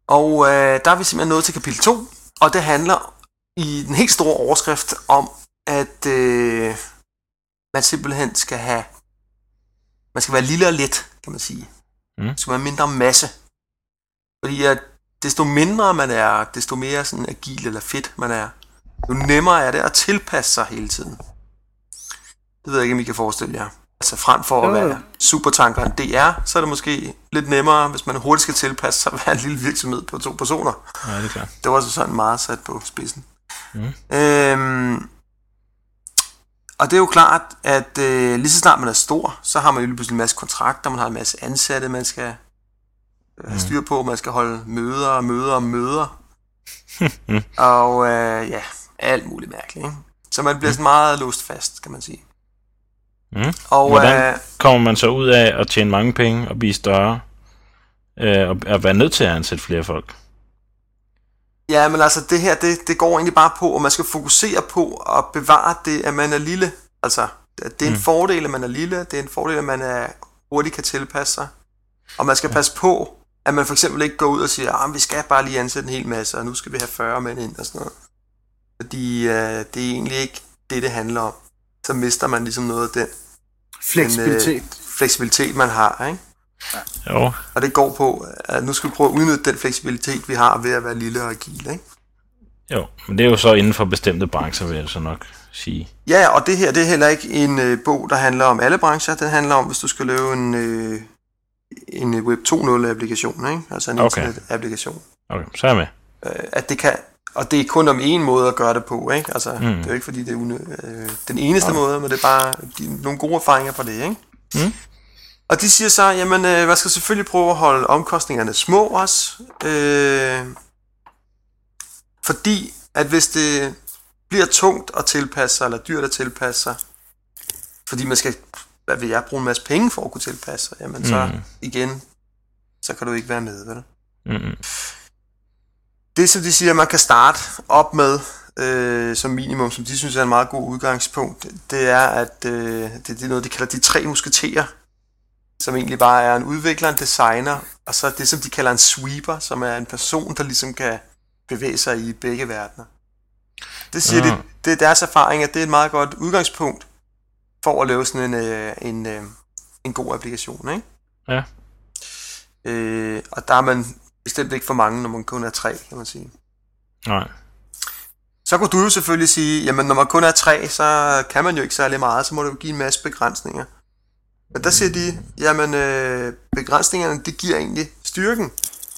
Og øh, der er vi simpelthen nået til kapitel to, og det handler i den helt store overskrift om, at øh, man simpelthen skal have, man skal være lille og let, kan man sige. Mm. Man skal være mindre masse. Fordi at desto mindre man er, desto mere sådan agil eller fedt man er, jo nemmere er det at tilpasse sig hele tiden. Det ved jeg ikke, om I kan forestille jer. Altså frem for at være supertankeren D R, så er det måske lidt nemmere, hvis man hurtigt skal tilpasse sig at være en lille virksomhed på to personer. Ja, det er klart. Det var altså sådan meget sat på spidsen. Mm. Øhm, og det er jo klart, at øh, lige så snart man er stor, så har man jo lige pludselig en masse kontrakter, man har en masse ansatte, man skal have styr på, man skal holde møder og møder og møder. og øh, ja, alt muligt mærkeligt, ikke? Så man bliver sådan meget låst fast, kan man sige. Mm. Og, Hvordan øh, kommer man så ud af at tjene mange penge og blive større, øh, og at være nødt til at ansætte flere folk? Ja, men altså det her, det, det går egentlig bare på, at man skal fokusere på at bevare det, at man er lille. Altså, det er en mm. fordel, at man er lille, det er en fordel, at man er hurtigt kan tilpasse sig. Og man skal ja. passe på, at man for eksempel ikke går ud og siger, at vi skal bare lige ansætte en hel masse, og nu skal vi have fyrre mænd ind og sådan noget. Fordi øh, det er egentlig ikke det, det handler om. Så mister man ligesom noget af den fleksibilitet, den, øh, fleksibilitet man har, ikke? Ja. Jo. Og det går på, at nu skal vi prøve at udnytte den fleksibilitet, vi har ved at være lille og agil, ikke? Jo, men det er jo så inden for bestemte brancher, vil jeg så nok sige. Ja, og det her, det er heller ikke en øh, bog, der handler om alle brancher. Det handler om, hvis du skal lave en, øh, en Web to punkt nul applikation, ikke? Altså en okay. internet-applikation. Okay, så er jeg med. Øh, at det kan, og det er kun om en måde at gøre det på, ikke? Altså, mm. det er jo ikke fordi, det er unø- øh, den eneste okay. måde, men det er bare de, nogle gode erfaringer på det, ikke? Mm. Og de siger så, jamen, øh, man skal selvfølgelig prøve at holde omkostningerne små også. Øh, fordi, at hvis det bliver tungt at tilpasse sig, eller dyrt at tilpasse sig, fordi man skal, hvad vil jeg, bruge en masse penge for at kunne tilpasse sig, jamen så mm. igen, så kan du ikke være med, vel? Mm. Det, som de siger, man kan starte op med, øh, som minimum, som de synes er en meget god udgangspunkt, det er, at øh, det, det er noget, de kalder de tre musketerer, som egentlig bare er en udvikler, en designer, og så det, som de kalder en sweeper, som er en person, der ligesom kan bevæge sig i begge verdener. Det siger ja. de, det er deres erfaring, at det er et meget godt udgangspunkt for at lave sådan en, øh, en, øh, en god applikation, ikke? Ja. Øh, og der er man bestemt ikke for mange, når man kun er tre, kan man sige. Nej. Så kunne du jo selvfølgelig sige, jamen når man kun er tre, så kan man jo ikke særlig meget, så må du jo give en masse begrænsninger. Men der siger de, jamen øh, begrænsningerne, det giver egentlig styrken.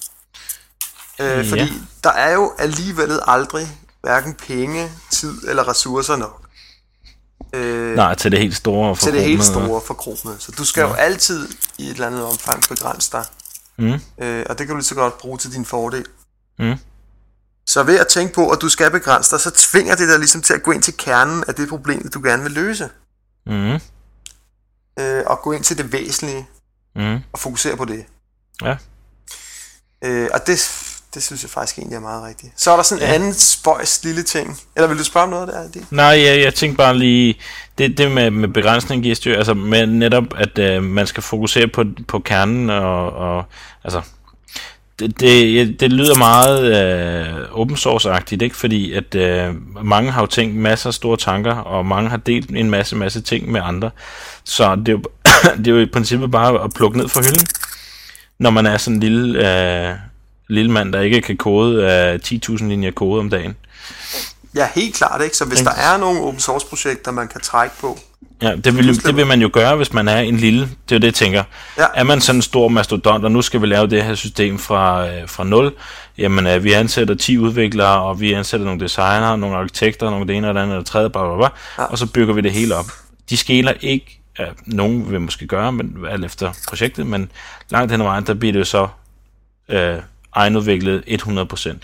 Øh, fordi ja. der er jo alligevel aldrig hverken penge, tid eller ressourcer nok. Øh, Nej, til det helt store Til det helt store forkromede. Så du skal ja. jo altid i et eller andet omfang begrænse dig. Mm. Øh, og det kan du lige så godt bruge til din fordel. Mm. Så ved at tænke på, at du skal begrænse dig, så tvinger det dig ligesom til at gå ind til kernen af det problem, du gerne vil løse. Mm. Øh, og gå ind til det væsentlige. Mm. Og fokusere på det. Ja. Øh, og det, det synes jeg faktisk egentlig er meget rigtigt. Så er der sådan en ja. anden spøjs lille ting. Eller vil du spørge om noget der? Det? Nej, jeg, jeg tænker bare lige, det, det med, med begrænsning giver styr, altså med netop, at øh, man skal fokusere på, på kernen, og, og altså, det, det, det lyder meget øh, open source-agtigt, ikke? Fordi at øh, mange har jo tænkt masser af store tanker, og mange har delt en masse, masse ting med andre. Så det er jo, det er jo i princippet bare at plukke ned fra hylden, når man er sådan en lille, øh, lille mand, der ikke kan kode øh, ti tusind linjer kode om dagen. Ja, helt klart, ikke? Så hvis der er nogle open source projekter, man kan trække på. Ja, det vil, det vil man jo gøre, hvis man er en lille, det er jo det, jeg tænker. Ja. Er man sådan en stor mastodont, og nu skal vi lave det her system fra, øh, fra nul, jamen øh, vi ansætter ti udviklere, og vi ansætter nogle designere, nogle arkitekter, nogle det ene og det andet og det tredje, bla, bla, bla, ja. Og så bygger vi det hele op. De skeler ikke, ja, nogen vil måske gøre, men alt efter projektet, men langt hen ad vejen, der bliver det jo så øh, egenudviklet hundrede procent.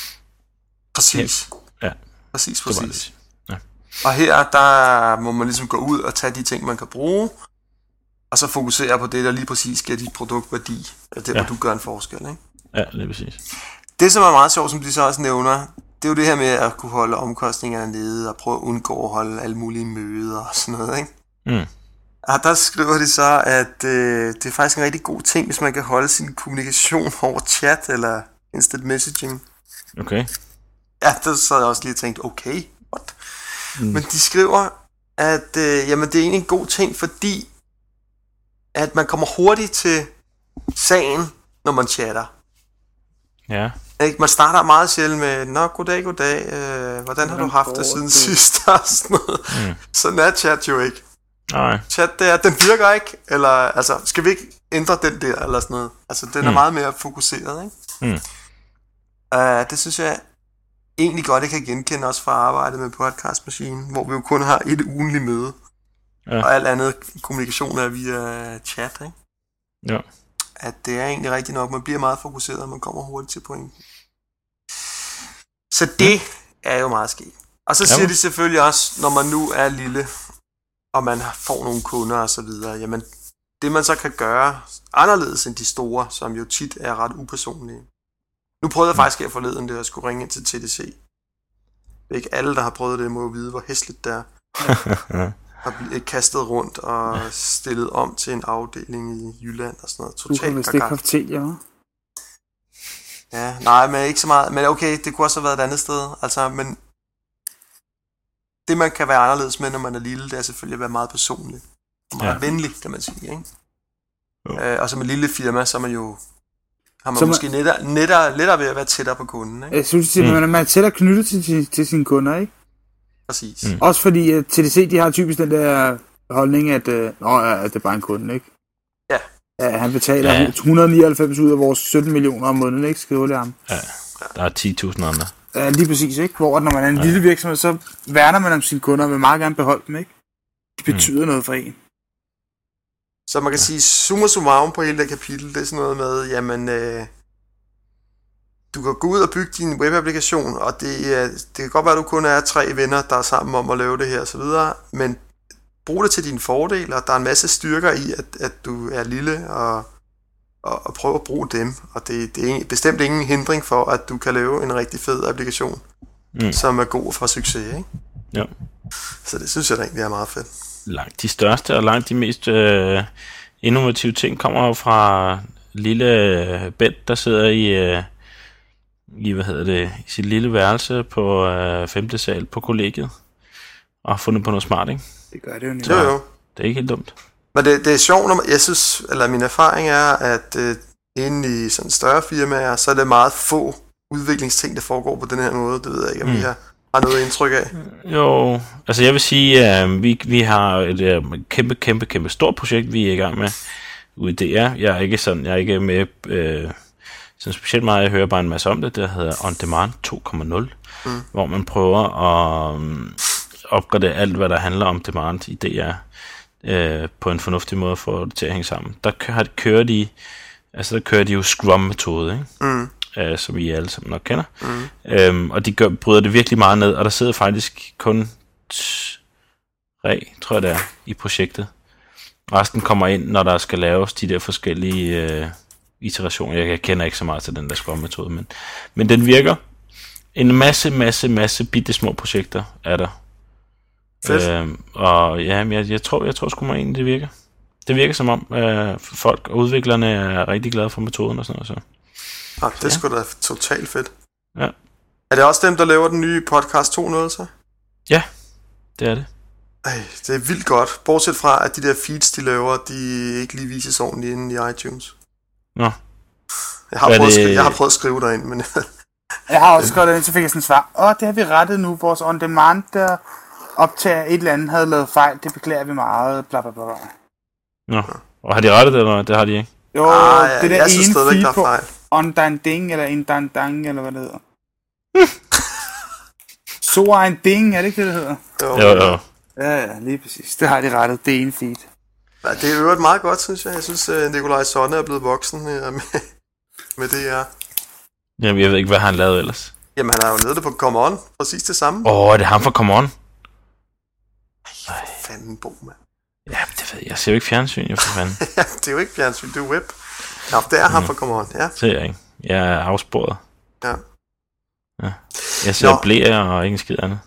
Præcis. Ja. Præcis, præcis. Ja. Og her, der må man ligesom gå ud og tage de ting, man kan bruge, og så fokusere på det, der lige præcis giver dit produktværdi. Det er, ja. hvor du gør en forskel, ikke? Ja, lige præcis. Det, som er meget sjovt, som de så også nævner, det er jo det her med at kunne holde omkostningerne nede, og prøve at undgå at holde alle mulige møder og sådan noget, ikke? Mm. Og der skriver de så, at øh, det er faktisk en rigtig god ting, hvis man kan holde sin kommunikation over chat, eller instant messaging. Okay. Ja, der sad jeg også lige og tænkte, okay, what? Mm. Men de skriver, at øh, jamen, det er egentlig en god ting, fordi at man kommer hurtigt til sagen, når man chatter. Ja. Ikke? Man starter meget sjældent med, nå, goddag, goddag, øh, hvordan har du haft det siden sidst? Og sådan noget. Mm. Sådan er chat jo ikke. Nej. Chat, det er, den virker ikke, eller altså, skal vi ikke ændre den der, eller sådan noget. Altså, den er mm. meget mere fokuseret, ikke? Mm. Uh, det synes jeg egentlig godt, jeg kan genkende også fra arbejdet med podcastmaskinen, hvor vi jo kun har et ugentligt møde, ja. Og alt andet kommunikation er via chat, ikke? Ja. At det er egentlig rigtigt nok, man bliver meget fokuseret, og man kommer hurtigt til pointen. Så det er jo meget sket. Og så siger ja. de selvfølgelig også, når man nu er lille, og man får nogle kunder og så videre, jamen det man så kan gøre anderledes end de store, som jo tit er ret upersonlige. Nu prøvede jeg faktisk her forleden det, at skulle ringe ind til T D C. Det er ikke alle, der har prøvet det, må jo vide, hvor hæsligt det er. Har blivet kastet rundt og stillet om til en afdeling i Jylland og sådan noget. Totalt du kan vist ikke fortælle, ja. Ja, nej, men ikke så meget. Men okay, det kunne også have været et andet sted. Altså, men det man kan være anderledes med, når man er lille, det er selvfølgelig at være meget personlig. Og meget ja. venlig, kan man sige, ikke? Øh, og som en lille firma, så er man jo har man så måske man... nettere, nettere, lettere ved at være tættere på kunden, ikke? Jeg synes, at man, mm. man er tættere knyttet til, til, til sine kunder, ikke? Præcis. Mm. Også fordi at T D C, de har typisk den der holdning, at, øh, nå, ja, det er bare en kunde, ikke? Ja. Ja, han betaler ja. et hundrede og nioghalvfems ud af vores sytten millioner om måneden, ikke? Skriver det ham. Ja, der er ti tusind andre. Ja, lige præcis, ikke? Hvor når man er en ja. lille virksomhed, så værner man om sine kunder og vil meget gerne beholde dem, ikke? De betyder mm. noget for en. Så man kan ja. sige, summa summarum på hele det kapitel, det er sådan noget med, jamen, øh, du kan gå ud og bygge din webapplikation, og det, øh, det kan godt være, at du kun er tre venner, der er sammen om at lave det her og så videre, men brug det til dine fordele, og der er en masse styrker i, at, at du er lille, og, og, og prøv at bruge dem, og det, det er bestemt ingen hindring for, at du kan lave en rigtig fed applikation, mm. som er god for succes, ikke? Ja. Så det synes jeg da egentlig er meget fedt. Langt de største og langt de mest øh, innovative ting kommer jo fra lille Bent, der sidder i, øh, i, hvad hedder det, i sit lille værelse på øh, femte sal på kollegiet, og har fundet på noget smart, ikke? Det gør det jo ikke. Jo, jo. Det er ikke helt dumt. Men det, det er sjovt, når man, jeg synes, eller min erfaring er, at øh, inde i sådan større firmaer, så er det meget få udviklingsting, der foregår på den her måde. Det ved jeg ikke, om mm. vi har, har noget indtryk af. Jo, altså jeg vil sige, at øh, vi, vi har et øh, kæmpe, kæmpe, kæmpe stort projekt, vi er i gang med ude i D R. Jeg er ikke sådan, jeg er ikke med øh, sådan specielt meget, jeg hører bare en masse om det, der hedder On Demand to punkt nul, mm. hvor man prøver at øh, opgradere alt, hvad der handler om demand i D R. Øh, på en fornuftig måde for det til at hænge sammen. Der kører, kører de altså der kører de jo Scrum-metode, ikke? Mm. Øh, som I alle sammen nok kender. Mm. Øhm, og de gør, bryder det virkelig meget ned, og der sidder faktisk kun tre, tror jeg det er, i projektet. Resten kommer ind, når der skal laves de der forskellige øh, iterationer. Jeg kender ikke så meget til den der Scrum-metode, men, men den virker. En masse, masse, masse bitte små projekter er der. Øhm, og ja, jeg, jeg tror, jeg tror sgu mig egentlig, det virker. Det virker som om øh, folk og udviklerne er rigtig glade for metoden og sådan noget. Så. Ah, det er sgu da totalt fedt. Ja. Er det også dem, der laver den nye podcast to punkt nul så? Ja, det er det. Ej, det er vildt godt. Bortset fra, at de der feeds, de laver, de ikke lige vises ordentligt inde i iTunes. Nå. Jeg har, prøvet, det... skrive, jeg har prøvet at skrive derind, men... jeg har også skrevet derind, så fik jeg sådan et svar. Åh, det har vi rettet nu. Vores on demand, der optager et eller andet, havde lavet fejl. Det beklager vi meget. Bla, bla, bla. Nå. Og har de rettet det, eller det har de ikke? Jo, ah, ja, det der jeg ene synes stadigvæk, der er fejl. On dan ding, eller en dan dang, eller hvad det hedder. Så er en ding, er det ikke det, det hedder? Jo, jo. jo. Ja, ja, lige præcis. Det har de rettet. Det ene feed. Ja, det er øvrigt meget godt, synes jeg. Jeg synes, at Nikolaj Sonne er blevet voksen med, med det her. Jamen, jeg ved ikke, hvad han lavede ellers. Jamen, han har jo lavet det på Come On. Præcis det samme. Åh, oh, er det ham fra Come On? Ej, fanden bo, mand. Ja, det ved jeg. Jeg ser jo ikke fjernsyn, jeg for fanden. Ja, det er jo ikke fjernsyn, det er web. Nå, det er ham fra Come On, ja. Det ser jeg ikke. Jeg er afsporet. Ja. Ja. Jeg ser blære og ikke en skid andet.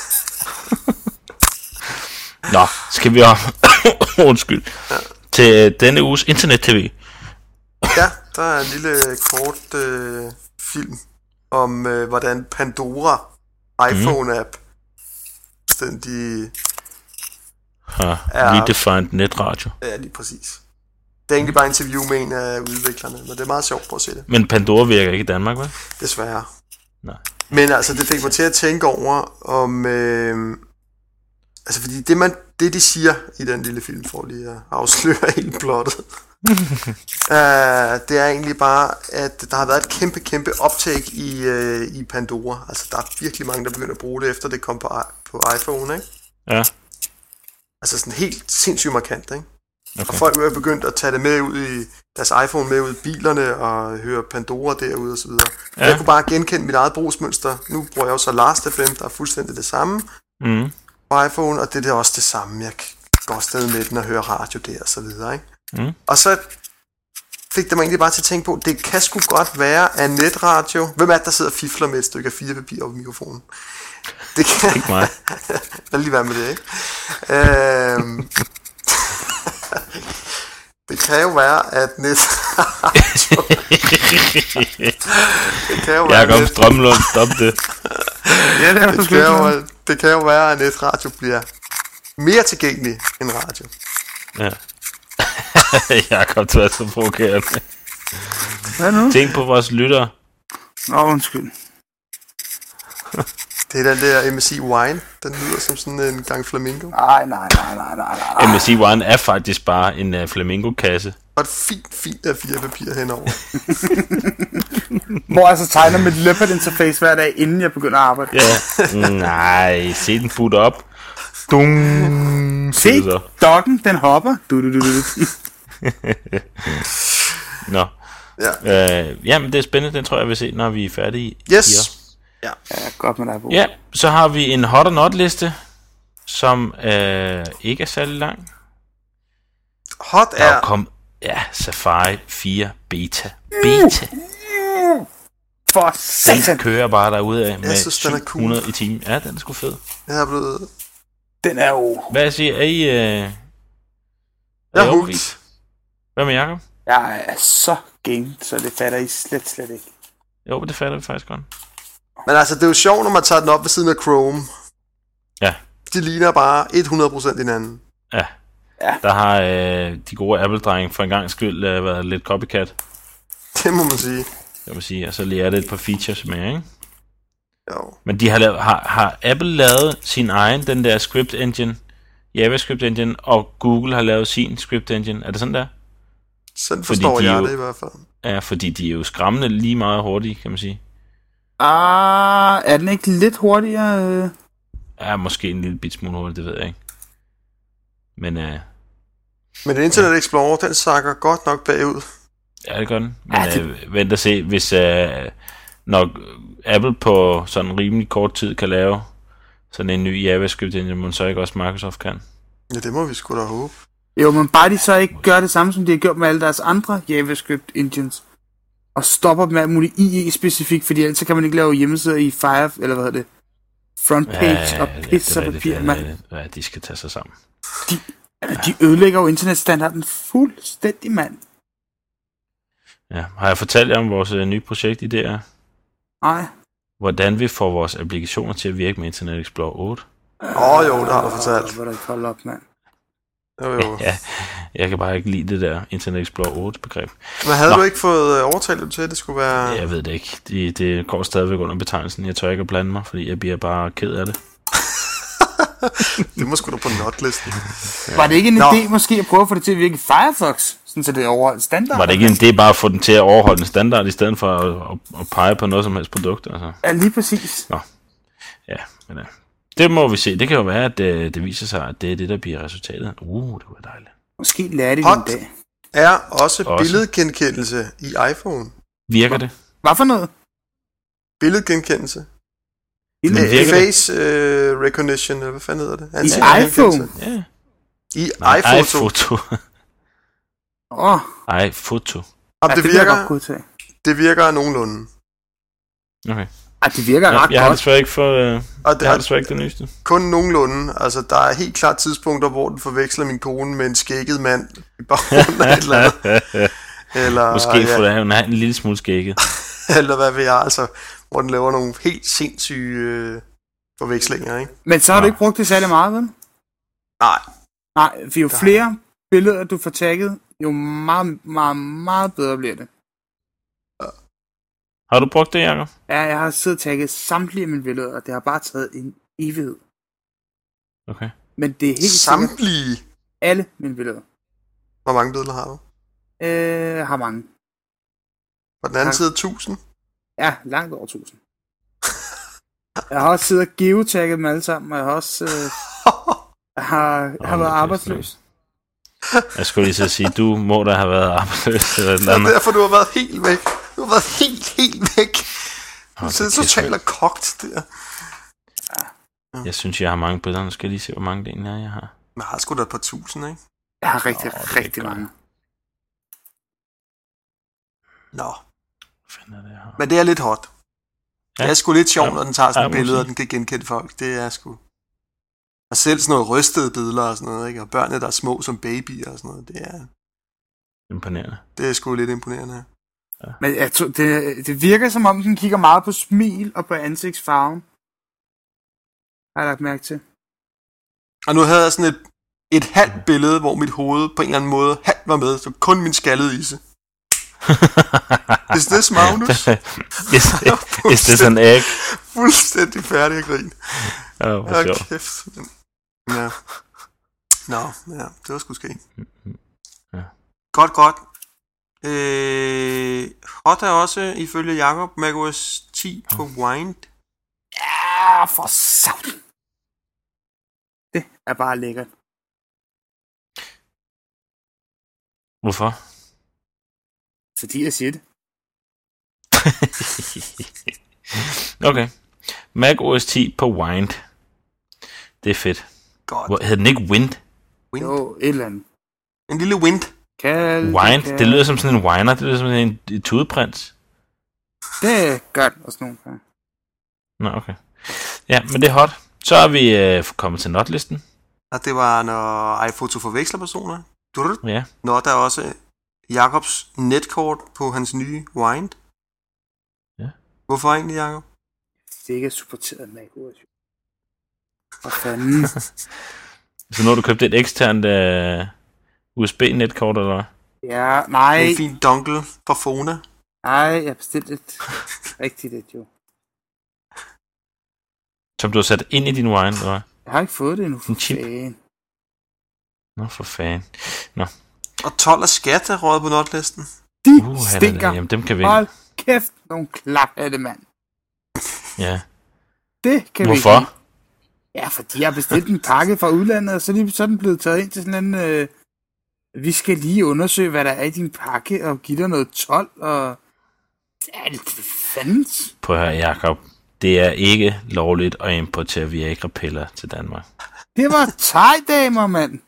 Nå, skal vi om undskyld ja. Til denne uges internet-tv. Ja, der er en lille kort øh, film om, øh, hvordan Pandora iPhone-app den de har redefined netradio. Ja, lige præcis. Det er egentlig bare interview med en af udviklerne, men det er meget sjovt på at se det. Men Pandora virker ikke i Danmark, vel? Desværre. Nej. Men altså, det fik mig til at tænke over, om... Øh, altså, fordi det, man, det, de siger i den lille film, for lige at afsløre helt plottet, uh, det er egentlig bare, at der har været et kæmpe, kæmpe optag i, uh, i Pandora. Altså, der er virkelig mange, der begynder at bruge det, efter det kom på, på iPhone, ikke? Ja. Altså, sådan helt sindssygt markant, ikke? Okay. Og folk er begyndt at tage det med ud i deres iPhone med ud i bilerne og høre Pandora derude og så videre. Ja. Jeg kunne bare genkende mit eget brugsmønster. Nu bruger jeg jo så Last F M, der er fuldstændig det samme mm. på iPhone, og det er også det samme. Jeg går stadig med den og hører radio der og så videre, ikke? Mm. Og så fik det mig egentlig bare til at tænke på, det kan sgu godt være, at netradio... Hvem er det, der sidder og fifler med et stykke af fire papir over mikrofonen? Det kan... Ikke mig. Lad lige være med det, ikke? Øhm... Det kan jo være, at netradio... det kan jo være, Jakob net... Strømlund, stop det. Ja, det, er det, kan jo, det kan jo være, at netradio bliver mere tilgængelig end radio. Ja. Jakob, du er så provokerende. Hvad nu? Tænk på vores lyttere. Nå, undskyld. Det er den der M S I Wine, den lyder som sådan en gang flamingo. Nej, nej, nej, nej, nej, nej. M S I Wine er faktisk bare en uh, flamingo-kasse. Og et fint, fint af fire papir henover. Hvor jeg så tegner mit leopard interface hver dag, inden jeg begynder at arbejde. Ja. Nej, se den putte op. Dum. Se, doggen, den hopper. Du, du, du, du. Nå. Ja. Øh, jamen, det er spændende. Den tror jeg, jeg vil se, når vi er færdige. Yes. Ja, ja, godt med dig på. Ja, så har vi en hot or not liste, som øh, ikke er særlig lang. Hot Der er er... kom, ja, Safari fire beta. Beta. For Den satan. kører bare derude af med synes, den er syv hundrede cool. i timen. Ja, den er sgu fed. Jeg er blevet... Den er jo... Hvad siger er I? Øh, Jeg er er I hooked. overbevist? Hvad med Jacob? Jeg er så gamed, så det fatter I slet, slet ikke. Jo, det fatter vi faktisk godt. Men altså, det er jo sjovt, når man tager den op ved siden af Chrome. Ja. De ligner bare hundrede procent hinanden. Ja. Ja. Der har øh, de gode Apple-drenge for en gang skyld øh, været lidt copycat, Det må man sige. kan man sige. Og så lærer det et par features med, ikke? Jo. Men de har, lavet, har, har Apple lavet sin egen, den der script engine, JavaScript engine, og Google har lavet sin script engine. Er det sådan der? Sådan Fordi forstår de jeg jo- det i hvert fald. Ja, fordi de er jo skræmmende lige meget hurtige, kan man sige. Ah, er den ikke lidt hurtigere? øh? Ja, måske en lille bit smule hurtigt, det ved jeg ikke. Men øh, Men Internet Explorer, den sakker godt nok bagud. ja, det gør den. Men Ja, det- øh, vent og se, hvis øh, når Apple på sådan en rimelig kort tid kan lave sådan en ny JavaScript engine, må så ikke også Microsoft kan. Ja, det må vi sgu da håbe. Jo, men bare de så ikke gør det samme, som de har gjort med alle deres andre JavaScript engines. Og stopper med alt muligt I E-specifikt, fordi ellers så kan man ikke lave hjemmesider i Fire, eller hvad hedder det? Frontpage og pis og papir, mand. Ja, de skal tage sig sammen. De, altså, de ødelægger jo internetstandarden fuldstændig, mand. Ja, har jeg fortalt jer om vores øh, nye projektidéer? Nej. Hvordan vi får vores applikationer til at virke med Internet Explorer otte? Åh oh, jo, det har du fortalt. Hvor der ikke holde op, mand. Jo, jo. Ja, jeg kan bare ikke lide det der Internet Explorer otte begreb. Men havde Nå. du ikke fået øh, overtalt dem til, at det skulle være... Jeg ved det ikke. Det, det går stadigvæk under betegnelsen. Jeg tør ikke at blande mig, fordi jeg bliver bare ked af det. Det må sgu da på notlisten. Ja. Var det ikke en Nå. idé måske at prøve at få det til at virke i Firefox, sådan så det overholdt standard? Var det ikke en idé bare at få den til at overholde en standard, i stedet for at, at, at pege på noget som helst produkt? Altså. Ja, lige præcis. Ja, men ja. Det må vi se. Det kan jo være, at det, det viser sig, at det er det, der bliver resultatet. Uh, det var dejligt. Måske lærer de det Hot. en dag. Er også, Også. billedgenkendelse i iPhone. Virker det? Hvad for noget? Billedgenkendelse. Men Øh, virker det? Face uh, recognition, eller hvad fanden hedder det? I Ansigtsgenkendelse. iPhone? Ja. I Nej, iPhoto. iPhoto. Åh, oh, iPhoto. Om ja, det, det vil jeg godt virker, kunne tage. det virker nogenlunde. Okay. Ej, det virker Jeg, ret jeg har godt. desværre ikke for, uh, Og det jeg har er desværre ikke det nyeste. kun nogenlunde. Altså, der er helt klart tidspunkter, hvor den forveksler min kone med en skægget mand i baggrunden af et eller andet. Eller, Måske ja. får det hun have en lille smule skægget. Eller hvad ved jeg, altså, hvor den laver nogle helt sindssyge øh, forvekslinger, ikke? Men så har Ja. du ikke brugt det særlig meget, vel? Nej, Nej, for jo flere billeder, du får tagget, jo meget, meget, meget bedre bliver det. Har du brugt det, Jacob? Ja, jeg har siddet og tagget samtlige af mine billeder, og det har bare taget en evighed. Okay. Men det er helt sikkert samtlige. alle mine billeder. Hvor mange billeder har du? Øh, jeg har mange. På den anden Tak. side tusind. Ja, langt over tusind. Jeg har også siddet og geotagget dem alle sammen, og jeg har også øh, jeg har, jeg har Åh, været det er arbejdsløs. Jeg skulle lige så sige, du må da have været arbejdsløs eller et eller Det er andet. derfor, du har været helt væk. Du har været helt, helt væk. Du Åh, sidder det er totalt og kogt der. Jeg synes, jeg har mange billeder. Nu skal jeg lige se, hvor mange det egentlig er, jeg har. Men jeg har sgu da et par tusind, ikke? Jeg har rigtig, Åh, det er rigtig godt. mange. Nå, Hvad fanden er det, jeg har? men det er lidt hot. Ja. Det er sgu lidt sjovt, Ja. når den tager sådan Ja, et må billede, og sige. den kan genkende folk. Det er sgu... Og selv sådan noget rystede billeder og sådan noget, ikke? Og børnene, der er små som babyer og sådan noget. Det er, Imponerende. det er sgu lidt imponerende. Men jeg tror, det, det virker som om, den kigger meget på smil og på ansigtsfarven. Har jeg lagt mærke til. Og nu havde jeg sådan et, et halvt billede, hvor mit hoved på en eller anden måde halvt var med, så kun min skaldede isse. Is this Magnus? is, is this an egg? Fuldstændig færdig at grine. Åh, oh, hvor Ja, sjovt. kæft. Men- Ja. Nå, ja, det var sgu ske. Ja. Godt, godt. Øh, hot er også, ifølge Jacob, macOS ti på Wind. Ja, for savn. Det er bare lækkert. Hvorfor? Fordi jeg siger det. Okay. Mac O S ti på Wind. Det er fedt. Godt. Hvor, hedder den ikke Wind? Wind. Jo, et eller andet. En lille wind. Kald, Wind? kald. Det lyder som sådan en whiner. Det lyder som en, en tudeprins. Det gør den også nogle gange. Nå, okay. Ja, men det er hot. Så er vi øh, kommet til notlisten. Og det var, når iPhoto forveksler personer. Drrrt. Ja. Nå, der er også Jacobs netkort på hans nye Wind. Ja. Hvorfor egentlig, Jacob? Det ikke er supporteret med macOS. For fanden. Så nu har du købt et eksternt øh, U S B-netkort, eller hvad? Ja, nej. En fin dongle fra Fona. Nej, jeg har bestilt et rigtigt et, jo. Som du har sat ind i din Wind, eller hvad? Jeg har ikke fået det endnu, for En chip. fan. Nå, for fanden. Og tolv af skat er røget på notlisten. De Uh, stinker. Jamen, dem kan vi Hold ikke. kæft, nogle klap af det, mand. Ja. Det kan vi Hvorfor? ikke. Ja, fordi jeg har bestilt en pakke fra udlandet, og så, lige, så er den blevet taget ind til sådan en... Øh, vi skal lige undersøge, hvad der er i din pakke, og give dig noget tolv, og... Ja, det er fandens. Prøv at høre, Jacob. Det er ikke lovligt at importere Viagra-piller til Danmark. Det var thai-damer, mand.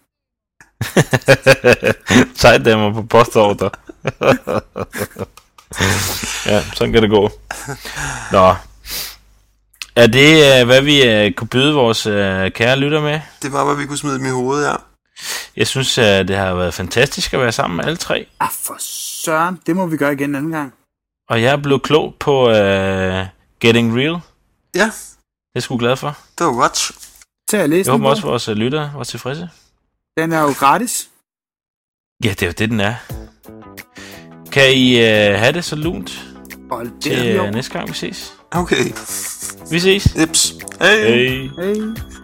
Sejdamer på postordre. Ja, sådan kan det gå. Nå. Er det, øh, hvad vi øh, kunne byde vores øh, kære lytter med? Det var, hvad vi kunne smide dem i hovedet, ja. Jeg synes, øh, det har været fantastisk at være sammen med alle tre. Ah, for søren. Det må vi gøre igen en anden gang. Og jeg er blevet klog på øh, Getting Real. Ja, Det er jeg sgu glad for. det var godt. Til at læse Jeg den håber på. også, at vores øh, lyttere var tilfredse. Den er jo gratis. Ja, det er jo det, den er. Kan I øh, have det så lunt Hold det til jo. øh, næste gang, vi ses? Okay. Vi ses. Ips. Hey. Hej. Hey.